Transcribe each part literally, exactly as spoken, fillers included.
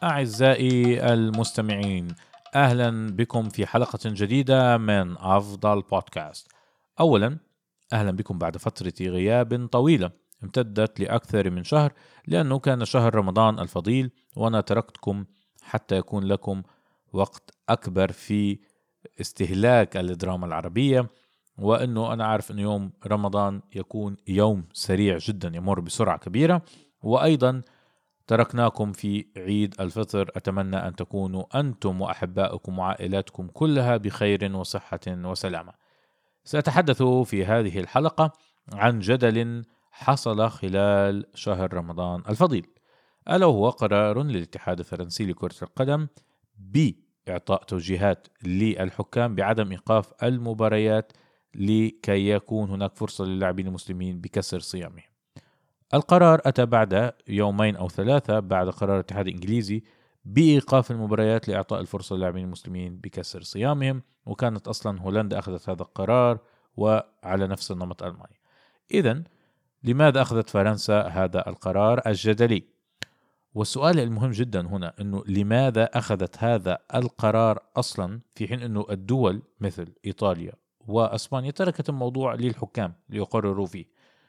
أعزائي المستمعين، أهلا بكم في حلقة جديدة من أفضل بودكاست. أولا أهلا بكم بعد فترة غياب طويلة امتدت لأكثر من شهر، لأنه كان شهر رمضان الفضيل، وأنا تركتكم حتى يكون لكم وقت أكبر في استهلاك الدراما العربية، وأنه أنا عارف أن يوم رمضان يكون يوم سريع جدا يمر بسرعة كبيرة. وأيضا تركناكم في عيد الفطر، أتمنى أن تكونوا أنتم وأحبائكم وعائلاتكم كلها بخير وصحة وسلامة. سأتحدث في هذه الحلقة عن جدل حصل خلال شهر رمضان الفضيل، ألا وهو قرار للاتحاد الفرنسي لكرة القدم بإعطاء توجيهات للحكام بعدم إيقاف المباريات لكي يكون هناك فرصة للاعبين المسلمين بكسر صيامهم. القرار أتى بعد يومين أو ثلاثة بعد قرار الاتحاد الإنجليزي بإيقاف المباريات لإعطاء الفرصة للاعبين المسلمين بكسر صيامهم، وكانت أصلا هولندا أخذت هذا القرار وعلى نفس النمط ألمانيا. إذن لماذا أخذت فرنسا هذا القرار الجدلي؟ والسؤال المهم جدا هنا أنه لماذا أخذت هذا القرار أصلا، في حين أنه الدول مثل إيطاليا وأسبانيا تركت الموضوع للحكام ليقرروا فيه.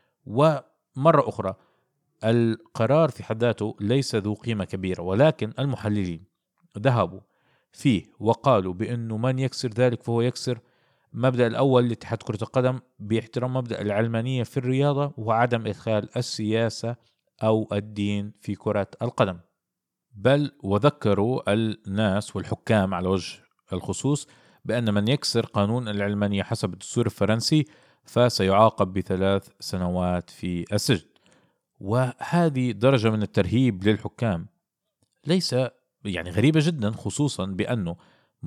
ومرة أخرى القرار في حد ذاته ليس ذو قيمة كبيرة، ولكن المحللين ذهبوا فيه وقالوا بأنه من يكسر ذلك فهو يكسر مبدأ الأول لاتحاد كرة القدم باحترام مبدأ العلمانية في الرياضة وعدم إدخال السياسة أو الدين في كرة القدم. بل وذكروا الناس والحكام على وجه الخصوص بأن من يكسر قانون العلمانية حسب الدستور الفرنسي فسيعاقب بثلاث سنوات في السجن. وهذه درجة من الترهيب للحكام ليس يعني غريبة جدا، خصوصا بأنه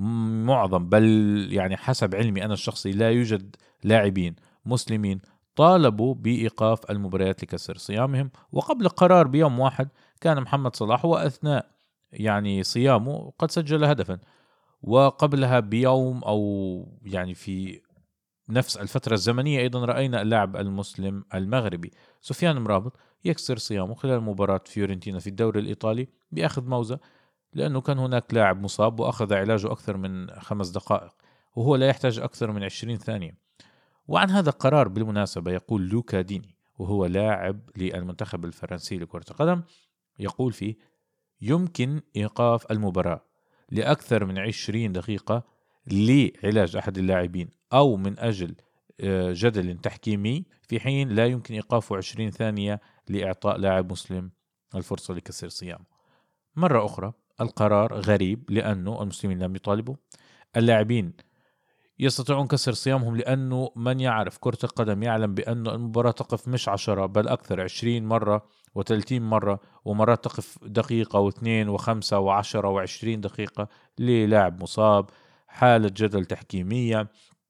معظم بل يعني حسب علمي أنا الشخصي لا يوجد لاعبين مسلمين طالبوا بإيقاف المباريات لكسر صيامهم. وقبل القرار بيوم واحد كان محمد صلاح وأثناء يعني صيامه قد سجل هدفا، وقبلها بيوم أو يعني في نفس الفترة الزمنية أيضا رأينا اللاعب المسلم المغربي سفيان مرابط يكسر صيامه خلال مباراة فيورنتينا في الدوري الإيطالي بأخذ موزة، لأنه كان هناك لاعب مصاب وأخذ علاجه أكثر من خمس دقائق وهو لا يحتاج أكثر من عشرين ثانية. وعن هذا القرار بالمناسبة يقول لوكا ديني، وهو لاعب للمنتخب الفرنسي لكرة القدم، يقول فيه: يمكن إيقاف المباراة لأكثر من عشرين دقيقة لعلاج أحد اللاعبين أو من أجل جدل تحكيمي، في حين لا يمكن إيقافه عشرين ثانية لإعطاء لاعب مسلم الفرصة لكسر صيامه. مرة أخرى القرار غريب لأنه المسلمين لم يطالبوا، اللاعبين يستطيعون كسر صيامهم لأنه من يعرف كرة القدم يعلم بأن المباراة تقف مش عشرة بل أكثر، عشرين مرة وثلاثين مرة، ومرات تقف دقيقة واثنين وخمسة وعشرة وعشرين دقيقة للاعب مصاب، حالة جدل تحكيمية،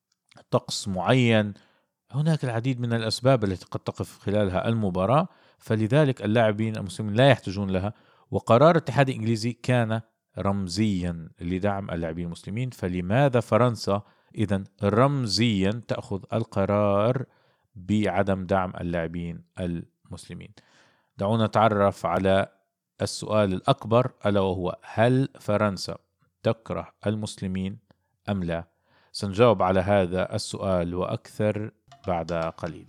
طقس معين. هناك العديد من الأسباب التي قد تقف خلالها المباراة، فلذلك اللاعبين المسلمين لا يحتاجون لها. وقرار الاتحاد الإنجليزي كان رمزيا لدعم اللاعبين المسلمين، فلماذا فرنسا إذن رمزيا تأخذ القرار بعدم دعم اللاعبين المسلمين؟ دعونا نتعرف على السؤال الأكبر، ألا وهو: هل فرنسا تكره المسلمين أم لا؟ سنجاوب على هذا السؤال وأكثر بعد قليل.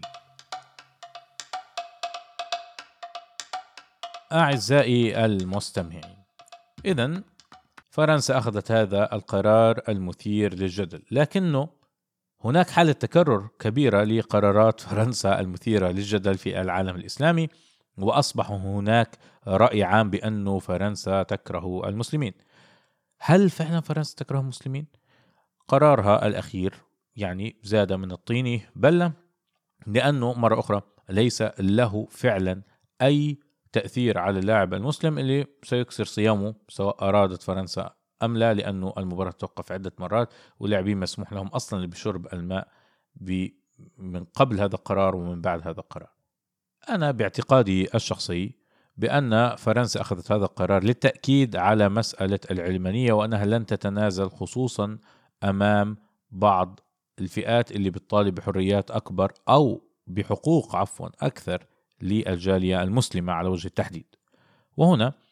أعزائي المستمعين، إذن فرنسا أخذت هذا القرار المثير للجدل، لكنه هناك حالة تكرر كبيرة لقرارات فرنسا المثيرة للجدل في العالم الإسلامي، وأصبح هناك رأي عام بأنه فرنسا تكره المسلمين. هل فعلا فرنسا تكره المسلمين؟ قرارها الأخير يعني زاد من الطين بلة، لأنه مرة أخرى ليس له فعلا أي تأثير على اللاعب المسلم اللي سيكسر صيامه سواء أرادت فرنسا أم لا، لأنه المباراة توقف عدة مرات واللاعبين مسموح لهم أصلا بشرب الماء من قبل هذا القرار ومن بعد هذا القرار. أنا باعتقادي الشخصي بأن فرنسا أخذت هذا القرار للتأكيد على مسألة العلمانية، وأنها لن تتنازل خصوصا أمام بعض الفئات اللي بتطالب بحريات أكبر أو بحقوق عفوا أكثر للجالية المسلمة على وجه التحديد. وهنا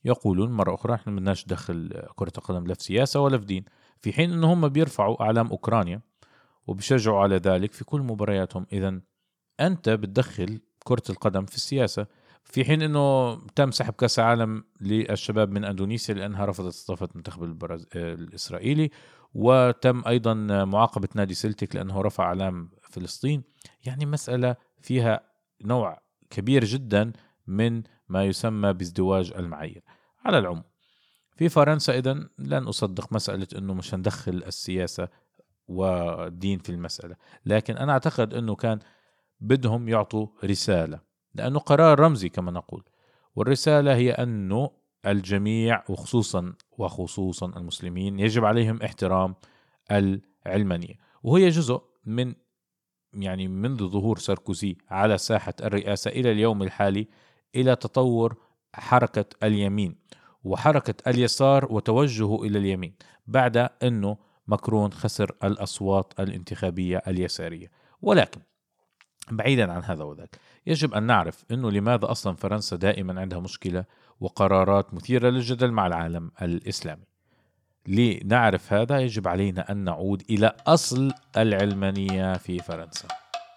يقولون مرة أخرى إحنا ما بدناش ندخل كرة القدم لا في سياسة ولا في دين، في حين إنه هم بيرفعوا أعلام أوكرانيا وبيشجعوا على ذلك في كل مبارياتهم. إذن أنت بتدخل كرة القدم في السياسة، في حين إنه تم سحب كأس العالم للشباب من أندونيسيا لأنها رفضت استضافة المنتخب البرز... الإسرائيلي، وتم أيضا معاقبة نادي سلتيك لأنه رفع علام فلسطين. يعني مسألة فيها نوع كبير جدا من ما يسمى بازدواج المعايير. على العموم في فرنسا إذن لن أصدق مسألة أنه مش هندخل السياسة والدين في المسألة، لكن أنا أعتقد أنه كان بدهم يعطوا رسالة، لأنه قرار رمزي كما نقول، والرسالة هي أنه الجميع وخصوصا وخصوصا المسلمين يجب عليهم احترام العلمانية، وهي جزء من يعني منذ ظهور ساركوزي على ساحة الرئاسة إلى اليوم الحالي إلى تطور حركة اليمين وحركة اليسار وتوجهه إلى اليمين بعد أنه ماكرون خسر الأصوات الانتخابية اليسارية. ولكن بعيدا عن هذا وذاك، يجب أن نعرف أنه لماذا أصلا فرنسا دائما عندها مشكلة وقرارات مثيرة للجدل مع العالم الإسلامي. لنعرف هذا يجب علينا أن نعود إلى أصل العلمانية في فرنسا.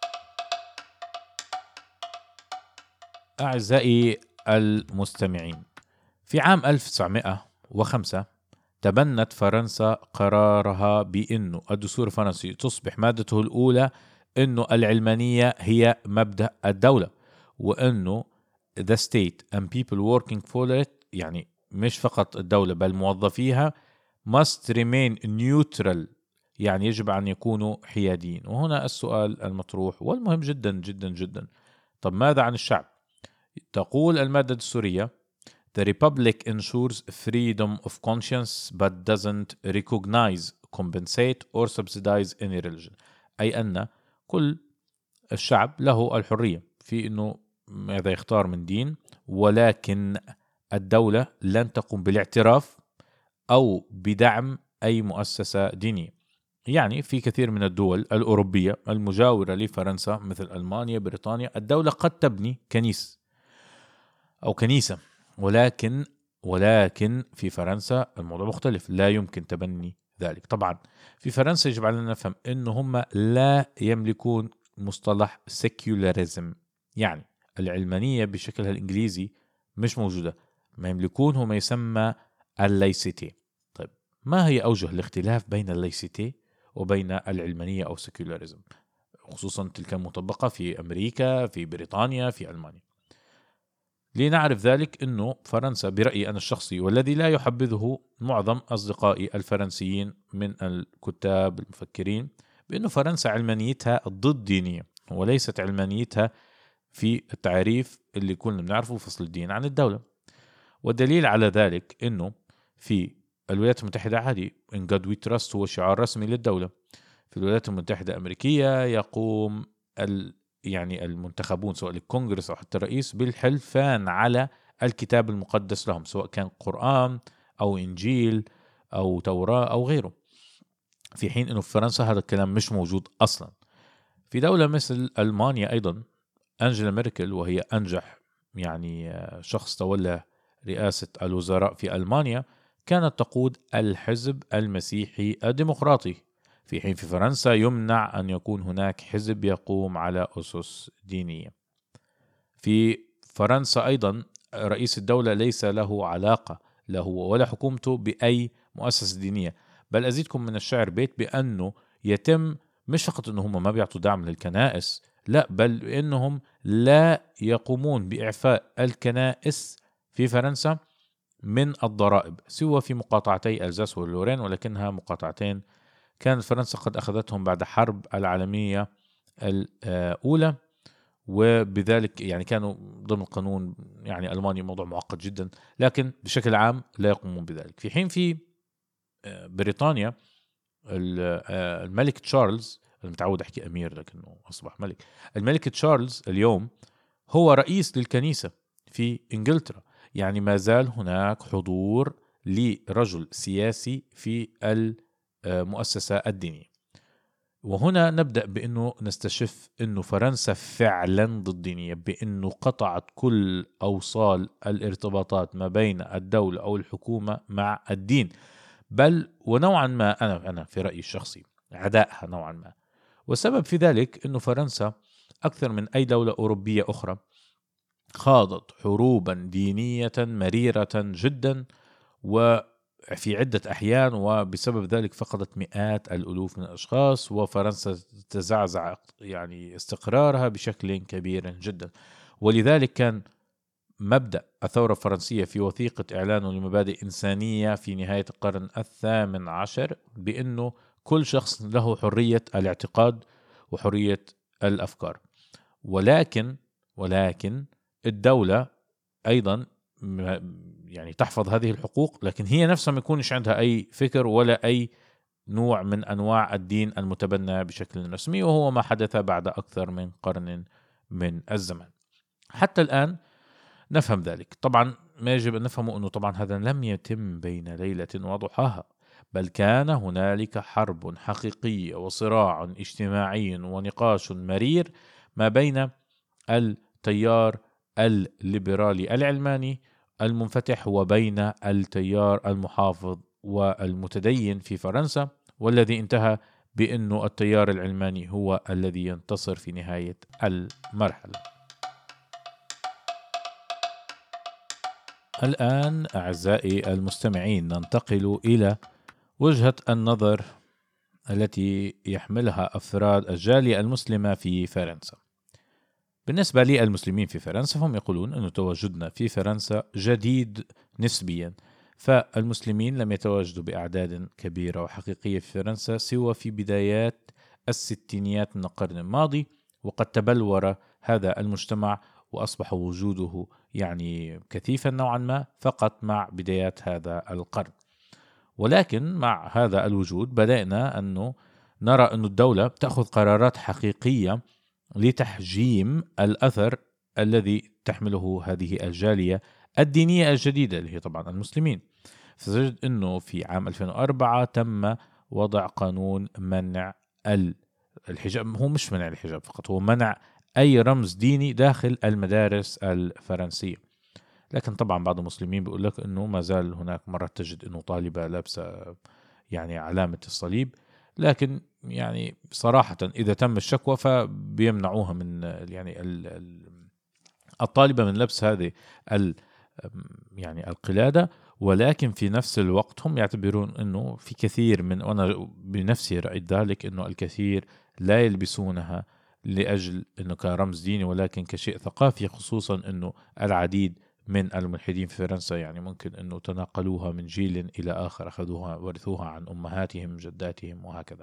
أعزائي المستمعين، في عام ألف وتسعمائة وخمسة تبنت فرنسا قرارها بأنه الدستور الفرنسي تصبح مادته الأولى أنه العلمانية هي مبدأ الدولة، وأنه the state and people working for it، يعني مش فقط الدولة بل موظفيها must remain neutral، يعني يجب أن يكونوا حياديين. وهنا السؤال المطروح والمهم جدا جدا جدا، طب ماذا عن الشعب؟ تقول المادة الدستورية The republic ensures freedom of conscience but doesn't recognize, compensate or subsidize any religion، أي أن كل الشعب له الحرية في أنه ماذا يختار من دين، ولكن الدولة لن تقوم بالاعتراف أو بدعم أي مؤسسة دينية. يعني في كثير من الدول الأوروبية المجاورة لفرنسا مثل ألمانيا بريطانيا الدولة قد تبني كنيس أو كنيسة، ولكن ولكن في فرنسا الموضوع مختلف، لا يمكن تبني ذلك. طبعا في فرنسا يجب علينا نفهم أنه هم لا يملكون مصطلح secularism، يعني العلمانية بشكلها الإنجليزي مش موجودة، ما يملكون هو ما يسمى الليسيتي. طيب ما هي أوجه الاختلاف بين الليسيتي وبين العلمانية أو secularism، خصوصا تلك المطبقة في أمريكا، في بريطانيا، في ألمانيا؟ لنعرف ذلك أنه فرنسا برأيي أنا الشخصي والذي لا يحبذه معظم أصدقائي الفرنسيين من الكتاب المفكرين، بأنه فرنسا علمانيتها ضد دينية وليست علمانيتها في التعريف اللي كلنا بنعرفه فصل الدين عن الدولة. والدليل على ذلك أنه في الولايات المتحدة عادي In God We Trust هو شعار رسمي للدولة. في الولايات المتحدة الأمريكية يقوم ال يعني المنتخبون سواء الكونغرس أو حتى الرئيس بالحلفان على الكتاب المقدس لهم، سواء كان قرآن أو إنجيل أو توراة أو غيره، في حين أنه في فرنسا هذا الكلام مش موجود أصلا. في دولة مثل ألمانيا أيضا أنجيلا ميركل، وهي أنجح يعني شخص تولى رئاسة الوزراء في ألمانيا، كانت تقود الحزب المسيحي الديمقراطي، في حين في فرنسا يمنع أن يكون هناك حزب يقوم على أسس دينية. في فرنسا أيضا رئيس الدولة ليس له علاقة له ولا حكومته بأي مؤسسة دينية، بل أزيدكم من الشعر بيت بأنه يتم مش فقط أنهم ما بيعطوا دعم للكنائس، لا بل أنهم لا يقومون بإعفاء الكنائس في فرنسا من الضرائب سوى في مقاطعتي ألزاس واللورين، ولكنها مقاطعتين كانت فرنسا قد أخذتهم بعد حرب العالمية الأولى، وبذلك يعني كانوا ضمن القانون. يعني ألمانيا موضوع معقد جدا، لكن بشكل عام لا يقومون بذلك. في حين في بريطانيا الملك تشارلز، أنا متعود أحكي أمير لكنه أصبح ملك، الملك تشارلز اليوم هو رئيس للكنيسة في إنجلترا، يعني ما زال هناك حضور لرجل سياسي في المؤسسة الدينية. وهنا نبدأ بأنه نستشف أنه فرنسا فعلا ضد دينية، بأنه قطعت كل أوصال الارتباطات ما بين الدولة أو الحكومة مع الدين، بل ونوعا ما أنا أنا في رأيي الشخصي عدائها نوعا ما. والسبب في ذلك أنه فرنسا أكثر من أي دولة أوروبية أخرى خاضت حروبا دينية مريرة جدا، وفي عدة أحيان، وبسبب ذلك فقدت مئات الألوف من الأشخاص، وفرنسا تزعزع يعني استقرارها بشكل كبير جدا. ولذلك كان مبدأ الثورة الفرنسية في وثيقة إعلانه لمبادئ إنسانية في نهاية القرن الثامن عشر بأنه كل شخص له حرية الاعتقاد وحرية الأفكار، ولكن ولكن الدولة أيضا يعني تحفظ هذه الحقوق، لكن هي نفسها ما يكونش عندها أي فكر ولا أي نوع من أنواع الدين المتبنى بشكل رسمي، وهو ما حدث بعد أكثر من قرن من الزمن. حتى الآن نفهم ذلك. طبعا ما يجب أن نفهمه أنه طبعا هذا لم يتم بين ليلة وضحاها، بل كان هنالك حرب حقيقية وصراع اجتماعي ونقاش مرير ما بين التيار الليبرالي العلماني المنفتح وبين التيار المحافظ والمتدين في فرنسا، والذي انتهى بأنه التيار العلماني هو الذي ينتصر في نهاية المرحلة. الآن أعزائي المستمعين ننتقل إلى وجهة النظر التي يحملها أفراد الجالية المسلمة في فرنسا. بالنسبة للمسلمين في فرنسا فهم يقولون أن تواجدنا في فرنسا جديد نسبيا، فالمسلمين لم يتواجدوا بأعداد كبيرة وحقيقية في فرنسا سوى في بدايات الستينيات من القرن الماضي، وقد تبلور هذا المجتمع وأصبح وجوده يعني كثيفا نوعا ما فقط مع بدايات هذا القرن. ولكن مع هذا الوجود بدأنا أنه نرى أن الدولة تأخذ قرارات حقيقية لتحجيم الأثر الذي تحمله هذه الجالية الدينية الجديدة اللي هي طبعا المسلمين. فتجد أنه في عام ألفين وأربعة تم وضع قانون منع الحجاب. هو مش منع الحجاب فقط، هو منع أي رمز ديني داخل المدارس الفرنسية. لكن طبعا بعض المسلمين بيقول لك أنه ما زال هناك مرات تجد أنه طالبة لابسة يعني علامة الصليب، لكن يعني صراحة إذا تم الشكوى فبيمنعوها من يعني الطالبة من لبس هذه يعني القلادة. ولكن في نفس الوقت هم يعتبرون أنه في كثير من، وأنا بنفسي رأيت ذلك، أنه الكثير لا يلبسونها لأجل أنه كرمز ديني ولكن كشيء ثقافي، خصوصا أنه العديد من الملحدين في فرنسا يعني ممكن أنه تناقلوها من جيل إلى آخر، أخذوها ورثوها عن أمهاتهم جداتهم وهكذا.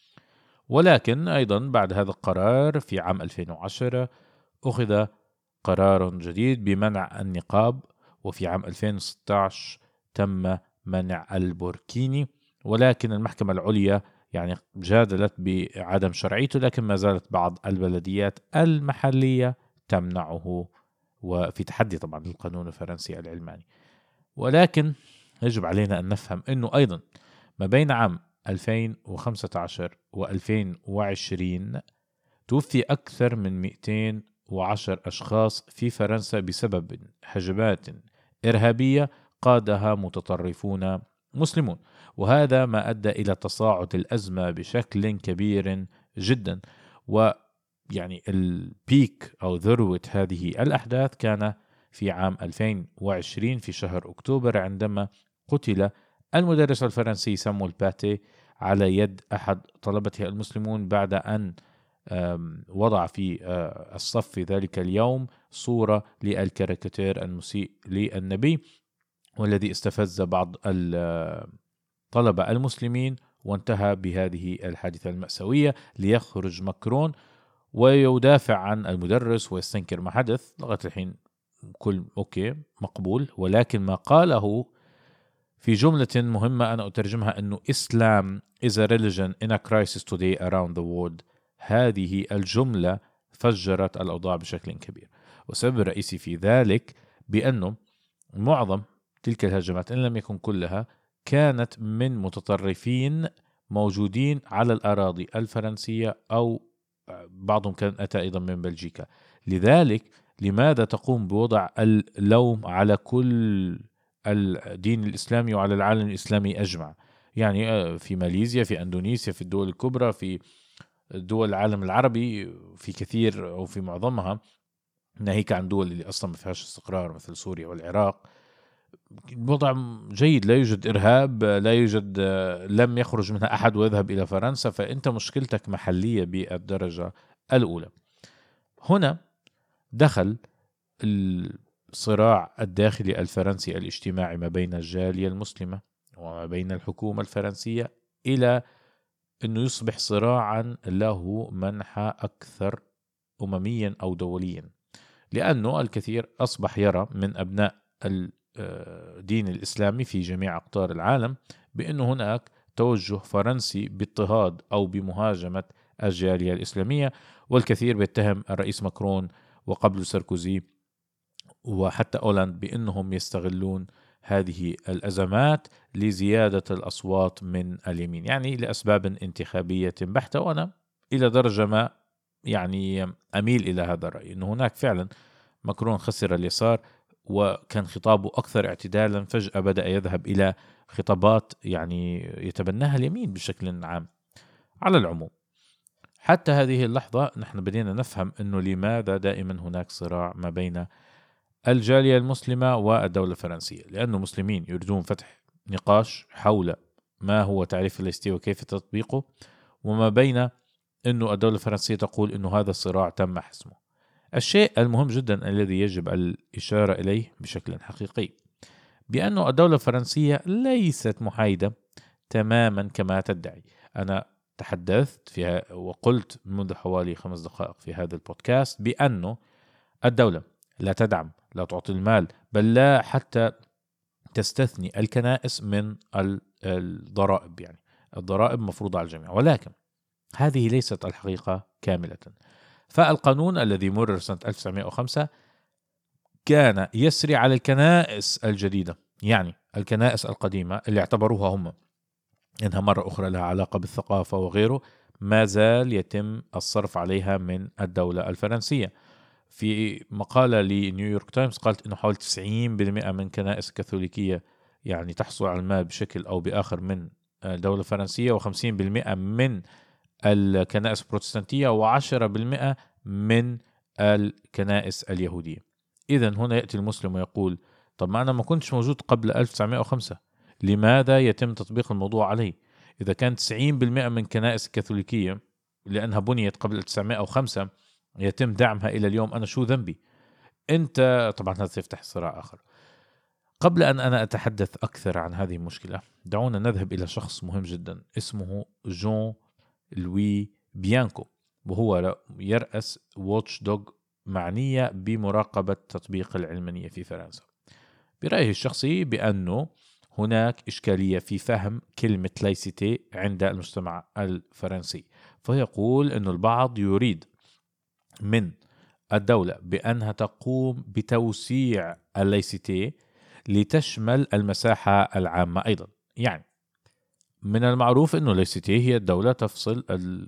ولكن أيضا بعد هذا القرار في عام ألفين وعشرة أخذ قرار جديد بمنع النقاب، وفي عام ألفين وستة عشر تم منع البوركيني، ولكن المحكمة العليا يعني جادلت بعدم شرعيته، لكن ما زالت بعض البلديات المحلية تمنعه، وفي تحدي طبعا للقانون الفرنسي العلماني. ولكن يجب علينا أن نفهم أنه أيضا ما بين عام ألفين وخمسة عشر وألفين وعشرين توفي أكثر من مئتين وعشرة أشخاص في فرنسا بسبب هجمات إرهابية قادها متطرفون مسلمون، وهذا ما أدى إلى تصاعد الأزمة بشكل كبير جدا. ويعني البيك أو ذروة هذه الأحداث كان في عام ألفين وعشرين في شهر أكتوبر، عندما قتل المدرس الفرنسي سامويل باتي على يد أحد طلبته المسلمون بعد أن وضع في الصف في ذلك اليوم صورة للكاريكاتير المسيء للنبي، والذي استفز بعض الطلبة المسلمين، وانتهى بهذه الحادثة المأساوية. ليخرج ماكرون ويدافع عن المدرس ويستنكر ما حدث. لغاية الحين كل أوكي مقبول، ولكن ما قاله في جملة مهمة أنا أترجمها أنه Islam is a religion in a crisis today around the world. هذه الجملة فجرت الأوضاع بشكل كبير، والسبب الرئيسي في ذلك بأنه معظم تلك الهجمات إن لم يكن كلها كانت من متطرفين موجودين على الأراضي الفرنسية أو بعضهم كان أتى أيضا من بلجيكا. لذلك لماذا تقوم بوضع اللوم على كل الدين الإسلامي وعلى العالم الإسلامي أجمع؟ يعني في ماليزيا، في أندونيسيا، في الدول الكبرى، في دول العالم العربي، في كثير أو في معظمها، ناهيك عن دول اللي أصلا ما فيهاش استقرار مثل سوريا والعراق، الوضع جيد، لا يوجد إرهاب، لا يوجد، لم يخرج منها أحد ويذهب إلى فرنسا، فأنت مشكلتك محلية بالدرجة الأولى. هنا دخل الصراع الداخلي الفرنسي الاجتماعي ما بين الجالية المسلمة وما بين الحكومة الفرنسية إلى أنه يصبح صراعا له منحى أكثر أمميا أو دوليا، لأنه الكثير أصبح يرى من أبناء الدين الإسلامي في جميع أقطار العالم بأن هناك توجه فرنسي باضطهاد أو بمهاجمة الجالية الإسلامية، والكثير بيتهم الرئيس ماكرون وقبل ساركوزي وحتى أولاند بأنهم يستغلون هذه الأزمات لزيادة الأصوات من اليمين، يعني لأسباب انتخابية بحتة. وأنا إلى درجة ما يعني أميل إلى هذا الرأي، أنه هناك فعلا ماكرون خسر اليسار وكان خطابه أكثر اعتدالا، فجأة بدأ يذهب إلى خطابات يعني يتبناها اليمين بشكل عام. على العموم حتى هذه اللحظة نحن بدينا نفهم أنه لماذا دائما هناك صراع ما بين الجالية المسلمة والدولة الفرنسية، لأنه مسلمين يريدون فتح نقاش حول ما هو تعريف الليستي وكيف تطبيقه، وما بين أنه الدولة الفرنسية تقول أنه هذا الصراع تم حسمه. الشيء المهم جدا الذي يجب الإشارة إليه بشكل حقيقي بأن الدولة الفرنسية ليست محايدة تماما كما تدعي. أنا تحدثت فيها وقلت منذ حوالي خمس دقائق في هذا البودكاست بأنه الدولة لا تدعم، لا تعطي المال، بل لا حتى تستثني الكنائس من الضرائب، يعني الضرائب مفروضة على الجميع، ولكن هذه ليست الحقيقة كاملة. فالقانون الذي مرر سنة ألف وتسعمائة وخمسة كان يسري على الكنائس الجديدة، يعني الكنائس القديمة اللي اعتبروها هم إنها مرة أخرى لها علاقة بالثقافة وغيره، ما زال يتم الصرف عليها من الدولة الفرنسية. في مقالة لنيويورك تايمز قالت إنه حوالي تسعين بالمئة من كنائس الكاثوليكية يعني تحصل على المال بشكل أو بآخر من الدولة الفرنسية، وخمسين بالمئة من الكنائس البروتستانتية، وعشرة بالمئة من الكنائس اليهودية. إذن هنا يأتي المسلم ويقول طب ما أنا ما كنتش موجود قبل ألف وتسعمائة وخمسة، لماذا يتم تطبيق الموضوع علي؟ إذا كان تسعين بالمئة من كنائس الكاثوليكية لأنها بنيت قبل ألف وتسعمائة وخمسة يتم دعمها إلى اليوم، أنا شو ذنبي؟ أنت طبعا هذا يفتح صراع آخر. قبل أن أنا أتحدث أكثر عن هذه المشكلة دعونا نذهب إلى شخص مهم جدا اسمه جون لوي بيانكو، وهو يرأس واتش دوغ معنية بمراقبة تطبيق العلمانية في فرنسا. برأيه الشخصي بأنه هناك إشكالية في فهم كلمة لايسيتي عند المجتمع الفرنسي، فيقول أن البعض يريد من الدولة بأنها تقوم بتوسيع اللايسيتي لتشمل المساحة العامة أيضا. يعني من المعروف أنه اللايسيتي هي الدولة تفصل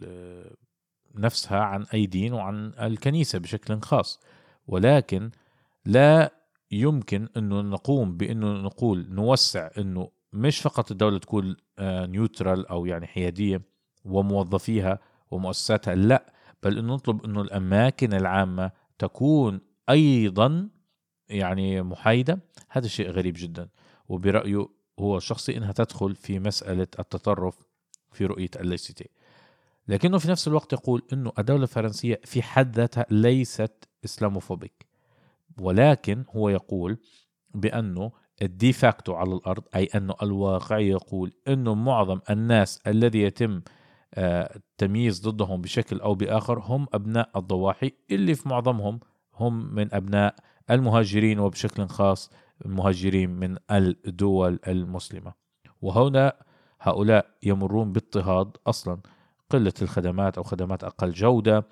نفسها عن أي دين وعن الكنيسة بشكل خاص، ولكن لا يمكن أنه نقوم بأنه نقول نوسع أنه مش فقط الدولة تكون نيوترال أو يعني حيادية وموظفيها ومؤسساتها، لا، بل أنه نطلب أنه الأماكن العامة تكون أيضا يعني محايدة. هذا شيء غريب جدا، وبرأيه هو الشخصي أنها تدخل في مسألة التطرف في رؤية اللايسيتي. لكنه في نفس الوقت يقول أنه الدولة الفرنسية في حد ذاتها ليست إسلاموفوبيك، ولكن هو يقول بأنه الديفاكتو على الأرض، أي أنه الواقع يقول أنه معظم الناس الذي يتم التمييز ضدهم بشكل أو بآخر هم أبناء الضواحي، اللي في معظمهم هم من أبناء المهاجرين، وبشكل خاص المهاجرين من الدول المسلمة. وهنا هؤلاء يمرون باضطهاد، أصلا قلة الخدمات أو خدمات أقل جودة،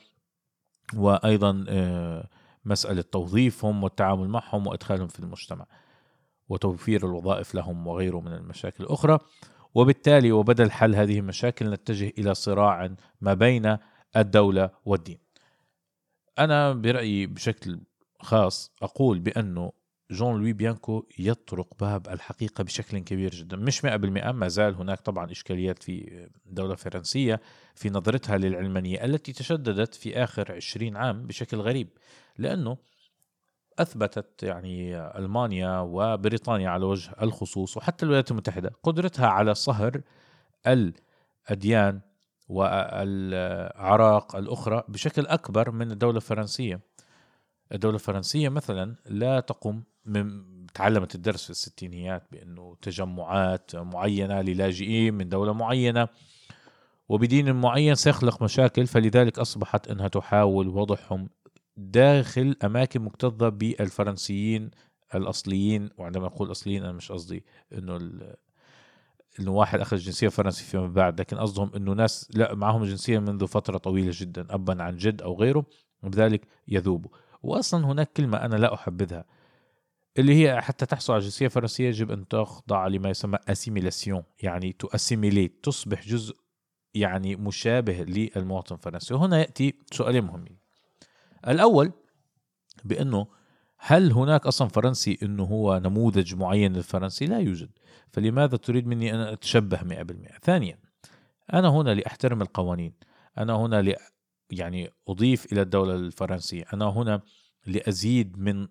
وأيضا مسألة توظيفهم والتعامل معهم وإدخالهم في المجتمع وتوفير الوظائف لهم وغيره من المشاكل الأخرى. وبالتالي وبدل حل هذه المشاكل نتجه إلى صراع ما بين الدولة والدين. أنا برأيي بشكل خاص أقول بأنه جون لوي بيانكو يطرق باب الحقيقة بشكل كبير جدا، مش مئة بالمئة، ما زال هناك طبعا إشكاليات في الدولة الفرنسية في نظرتها للعلمانية التي تشددت في آخر عشرين عام بشكل غريب، لأنه أثبتت يعني ألمانيا وبريطانيا على وجه الخصوص وحتى الولايات المتحدة قدرتها على صهر الأديان والأعراق الأخرى بشكل أكبر من الدولة الفرنسية. الدولة الفرنسية مثلا لا تقوم من تعلمت الدرس في الستينيات بأنه تجمعات معينة للاجئين من دولة معينة وبدين معين سيخلق مشاكل، فلذلك أصبحت أنها تحاول وضعهم داخل أماكن مكتظة بالفرنسيين الأصليين. وعندما أقول أصليين أنا مش قصدي أنه إنه واحد أخذ جنسية فرنسية فيما بعد، لكن قصدهم إنه ناس لا معهم جنسية منذ فترة طويلة جدا أبا عن جد أو غيره، وبذلك يذوبوا. وأصلا هناك كلمة أنا لا أحبذها اللي هي حتى تحصل على جنسية فرنسية يجب أن تخضع لما يسمى assimilation، يعني تأسيميليت، تصبح جزء يعني مشابه للمواطن الفرنسي. وهنا يأتي سؤالين مهمين. الأول بأنه هل هناك أصلا فرنسي أنه هو نموذج معين للفرنسي؟ لا يوجد، فلماذا تريد مني أن أتشبه مئة بالمئة؟ ثانيا، أنا هنا لأحترم القوانين، أنا هنا ل يعني أضيف إلى الدولة الفرنسية، أنا هنا لأزيد من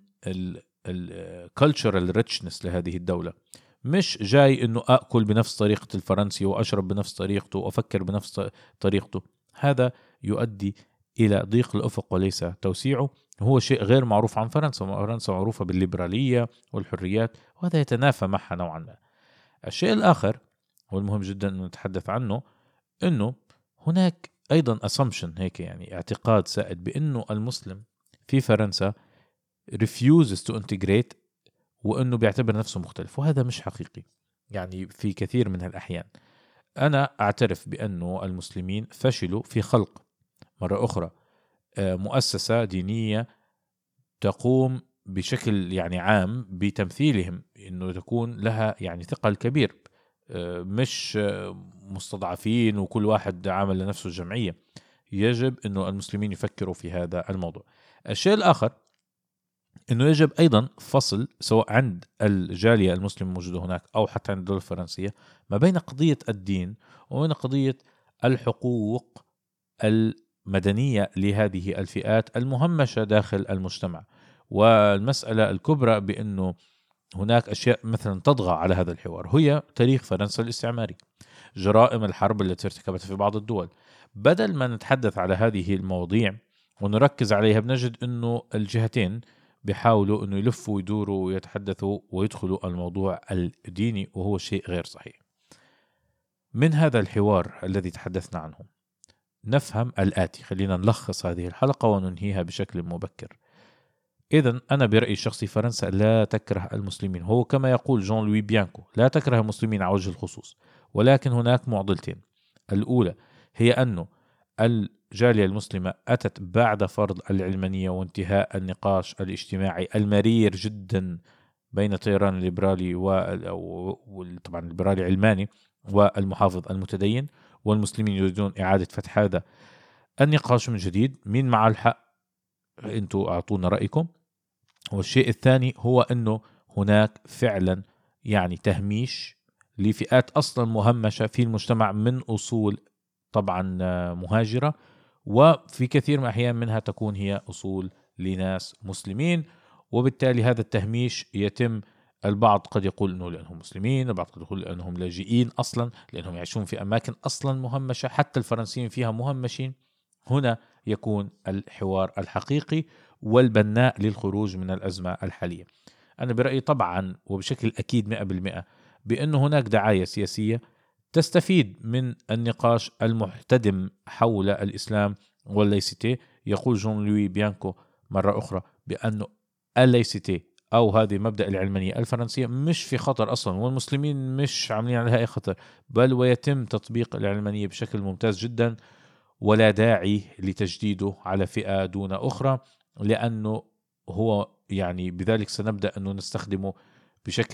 الكالتشرال ريتشنس لهذه الدولة، مش جاي أنه أأكل بنفس طريقة الفرنسي وأشرب بنفس طريقته وأفكر بنفس طريقته. هذا يؤدي إلى ضيق الأفق وليس توسيعه. هو شيء غير معروف عن فرنسا. فرنسا معروفة بالليبرالية والحريات، وهذا يتنافى معها نوعا ما. الشيء الآخر والمهم جدا أن نتحدث عنه أنه هناك أيضا assumption، هيك يعني اعتقاد سائد بأنه المسلم في فرنسا refuses to integrate وأنه بيعتبر نفسه مختلف، وهذا مش حقيقي. يعني في كثير من الأحيان أنا أعترف بأنه المسلمين فشلوا في خلق مرة أخرى مؤسسة دينية تقوم بشكل يعني عام بتمثيلهم، إنه تكون لها يعني ثقل كبير، مش مستضعفين وكل واحد عامل لنفسه الجمعية. يجب إنه المسلمين يفكروا في هذا الموضوع. الشيء الآخر إنه يجب أيضا فصل سواء عند الجالية المسلمة الموجودة هناك أو حتى عند الدولة الفرنسية ما بين قضية الدين وبين قضية الحقوق المدنية لهذه الفئات المهمشة داخل المجتمع. والمسألة الكبرى بأنه هناك أشياء مثلا تطغى على هذا الحوار هي تاريخ فرنسا الاستعماري، جرائم الحرب التي ارتكبتها في بعض الدول. بدل ما نتحدث على هذه المواضيع ونركز عليها بنجد أنه الجهتين بيحاولوا أنه يلفوا ويدوروا ويتحدثوا ويدخلوا الموضوع الديني، وهو شيء غير صحيح. من هذا الحوار الذي تحدثنا عنه نفهم الآتي. خلينا نلخص هذه الحلقة وننهيها بشكل مبكر. إذن أنا برأيي الشخصي فرنسا لا تكره المسلمين، هو كما يقول جون لوي بيانكو لا تكره المسلمين على وجه الخصوص، ولكن هناك معضلتين. الأولى هي أنه الجالية المسلمة أتت بعد فرض العلمانية وانتهاء النقاش الاجتماعي المرير جدا بين التيران الليبرالي وطبعا الليبرالي علماني والمحافظ المتدين، والمسلمين يريدون إعادة فتح هذا النقاش من جديد. مين مع الحق؟ أنتوا أعطونا رأيكم. والشيء الثاني هو أنه هناك فعلا يعني تهميش لفئات أصلا مهمشة في المجتمع من أصول طبعا مهاجرة، وفي كثير من الأحيان منها تكون هي أصول لناس مسلمين، وبالتالي هذا التهميش يتم. البعض قد يقول أنه لأنهم مسلمين، البعض قد يقول لأنهم لاجئين أصلا، لأنهم يعيشون في أماكن أصلا مهمشة، حتى الفرنسيين فيها مهمشين. هنا يكون الحوار الحقيقي والبناء للخروج من الأزمة الحالية. أنا برأيي طبعا وبشكل أكيد مئة بالمئة بأن هناك دعاية سياسية تستفيد من النقاش المحتدم حول الإسلام والليسيتي. يقول جون لوي بيانكو مرة أخرى بأنه الليسيتي أو هذه مبدأ العلمانية الفرنسية مش في خطر أصلا، والمسلمين مش عاملين عليها أي خطر، بل ويتم تطبيق العلمانية بشكل ممتاز جدا، ولا داعي لتجديده على فئة دون أخرى، لأنه هو يعني بذلك سنبدأ أنه نستخدمه بشكل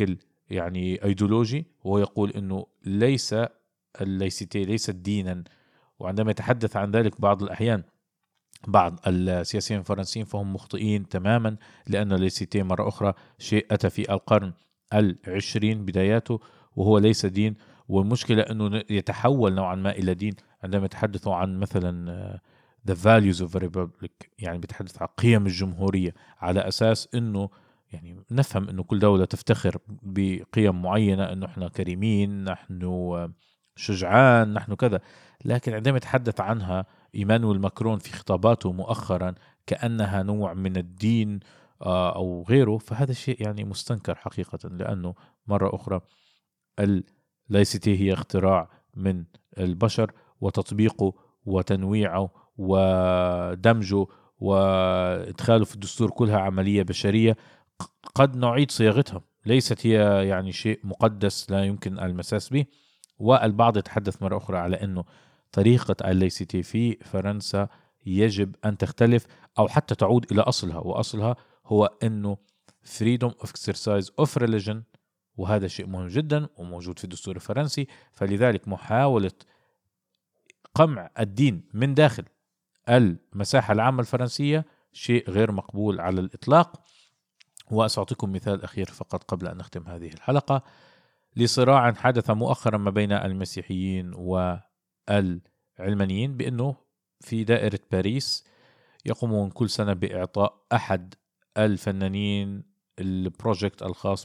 يعني أيديولوجي، وهو يقول أنه ليس الليسيتي ليست دينا. وعندما يتحدث عن ذلك بعض الأحيان بعض السياسيين الفرنسيين فهم مخطئين تماما، لأن الليسيتي مرة أخرى شيء أتى في القرن العشرين بداياته وهو ليس دين. والمشكلة أنه يتحول نوعا ما إلى دين عندما يتحدثوا عن مثلا the values of a republic، يعني بيتحدث عن قيم الجمهورية، على أساس أنه يعني نفهم أنه كل دولة تفتخر بقيم معينة، أنه إحنا كريمين، نحن شجعان، نحن كذا. لكن عندما يتحدث عنها إيمانويل ماكرون في خطاباته مؤخرا كأنها نوع من الدين أو غيره، فهذا الشيء يعني مستنكر حقيقة، لأنه مرة أخرى اللايسيتي هي اختراع من البشر، وتطبيقه وتنويعه ودمجه وإدخاله في الدستور كلها عملية بشرية قد نعيد صياغتها، ليست هي يعني شيء مقدس لا يمكن المساس به. والبعض يتحدث مرة أخرى على أنه طريقة الليسيتي في فرنسا يجب أن تختلف أو حتى تعود إلى أصلها، وأصلها هو أنه freedom of exercise of religion، وهذا شيء مهم جدا وموجود في الدستور الفرنسي. فلذلك محاولة قمع الدين من داخل المساحة العامة الفرنسية شيء غير مقبول على الإطلاق. وسأعطيكم مثال أخير فقط قبل أن نختم هذه الحلقة، لصراع حدث مؤخرا ما بين المسيحيين والعلمانيين، بأنه في دائرة باريس يقومون كل سنة بإعطاء أحد الفنانين البروجكت الخاص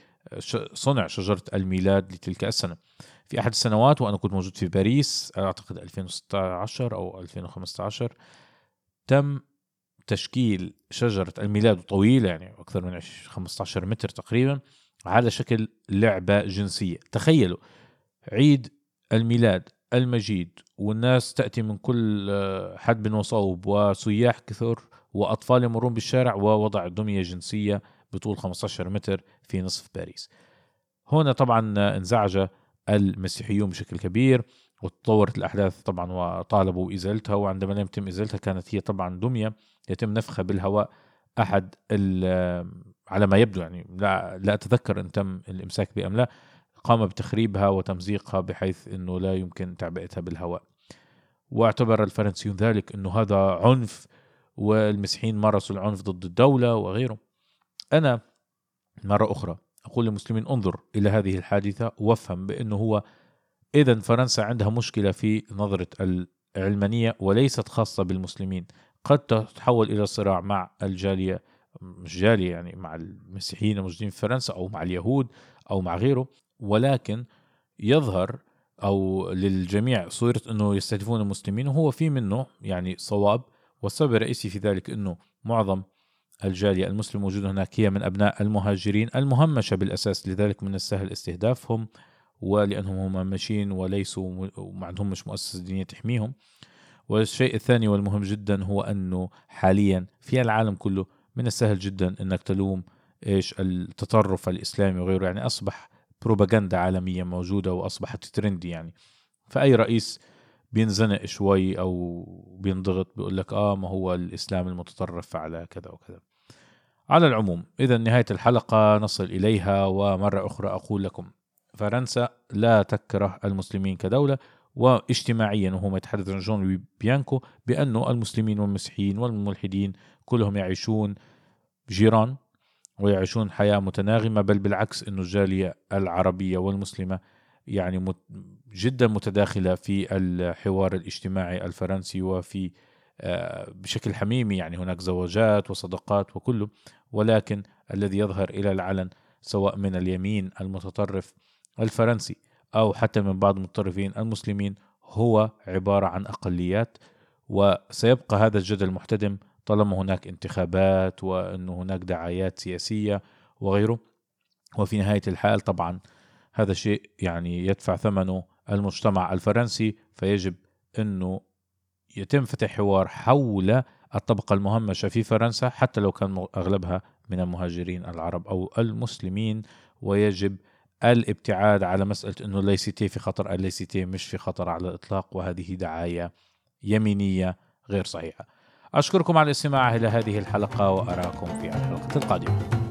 بصنع شجرة الميلاد لتلك السنة. في أحد السنوات وأنا كنت موجود في باريس، أعتقد ألفين وستة عشر أو ألفين وخمسة عشر، تم تشكيل شجرة الميلاد طويلة يعني أكثر من خمسة عشر متر تقريبا على شكل لعبة جنسية. تخيلوا عيد الميلاد المجيد والناس تأتي من كل حدب وصوب وسياح كثر وأطفال يمرون بالشارع، ووضع دمية جنسية بطول خمسة عشر متر في نصف باريس. هنا طبعا انزعج المسيحيون بشكل كبير وتطورت الأحداث طبعا وطالبوا إزالتها، وعندما لم يتم إزالتها كانت هي طبعا دمية يتم نفخها بالهواء. أحد على ما يبدو يعني لا, لا أتذكر إن تم الإمساك بأم لا، قام بتخريبها وتمزيقها بحيث أنه لا يمكن تعبئتها بالهواء. واعتبر الفرنسيون ذلك أنه هذا عنف والمسيحيين مارسوا العنف ضد الدولة وغيره. أنا مرة أخرى أقول للمسلمين انظر إلى هذه الحادثة وافهم بأنه هو إذن فرنسا عندها مشكلة في نظرة العلمانية وليست خاصة بالمسلمين، قد تتحول إلى صراع مع الجالية، مش جالية يعني مع المسيحيين الموجودين في فرنسا أو مع اليهود أو مع غيره، ولكن يظهر أو للجميع صورة أنه يستهدفون المسلمين، وهو في منه يعني صواب. والسبب الرئيسي في ذلك أنه معظم الجالية المسلم موجود هناك هي من أبناء المهاجرين المهمشة بالأساس، لذلك من السهل استهدافهم ولأنهم هم مهمشين وليسوا وما عندهم مش مؤسسة دينية تحميهم. والشيء الثاني والمهم جدا هو أنه حاليا في العالم كله من السهل جدا أنك تلوم إيش التطرف الإسلامي وغيره، يعني أصبح بروباغندا عالمية موجودة وأصبحت ترندي. يعني فأي رئيس بينزنق شوي أو بينضغط بيقول لك آه ما هو الإسلام المتطرف على كذا وكذا. على العموم إذا نهاية الحلقة نصل إليها، ومرة أخرى أقول لكم فرنسا لا تكره المسلمين كدولة، واجتماعيا وهو يتحدث عن جون لوي بيانكو بأنه المسلمين والمسيحيين والملحدين كلهم يعيشون جيران ويعيشون حياة متناغمة، بل بالعكس أنه الجالية العربية والمسلمة يعني جدا متداخلة في الحوار الاجتماعي الفرنسي وفي بشكل حميمي، يعني هناك زواجات وصداقات وكله. ولكن الذي يظهر إلى العلن سواء من اليمين المتطرف الفرنسي أو حتى من بعض المتطرفين المسلمين هو عبارة عن أقليات، وسيبقى هذا الجدل محتدم طالما هناك انتخابات وأنه هناك دعايات سياسية وغيره. وفي نهاية الحال طبعا هذا شيء يعني يدفع ثمنه المجتمع الفرنسي، فيجب أنه يتم فتح حوار حول الطبقة المهمشة في فرنسا حتى لو كان أغلبها من المهاجرين العرب أو المسلمين، ويجب الابتعاد على مسألة أنه الليسيتي في خطر. الليسيتي مش في خطر على الإطلاق، وهذه دعاية يمينية غير صحيحة. أشكركم على الاستماع إلى هذه الحلقة وأراكم في الحلقة القادمة.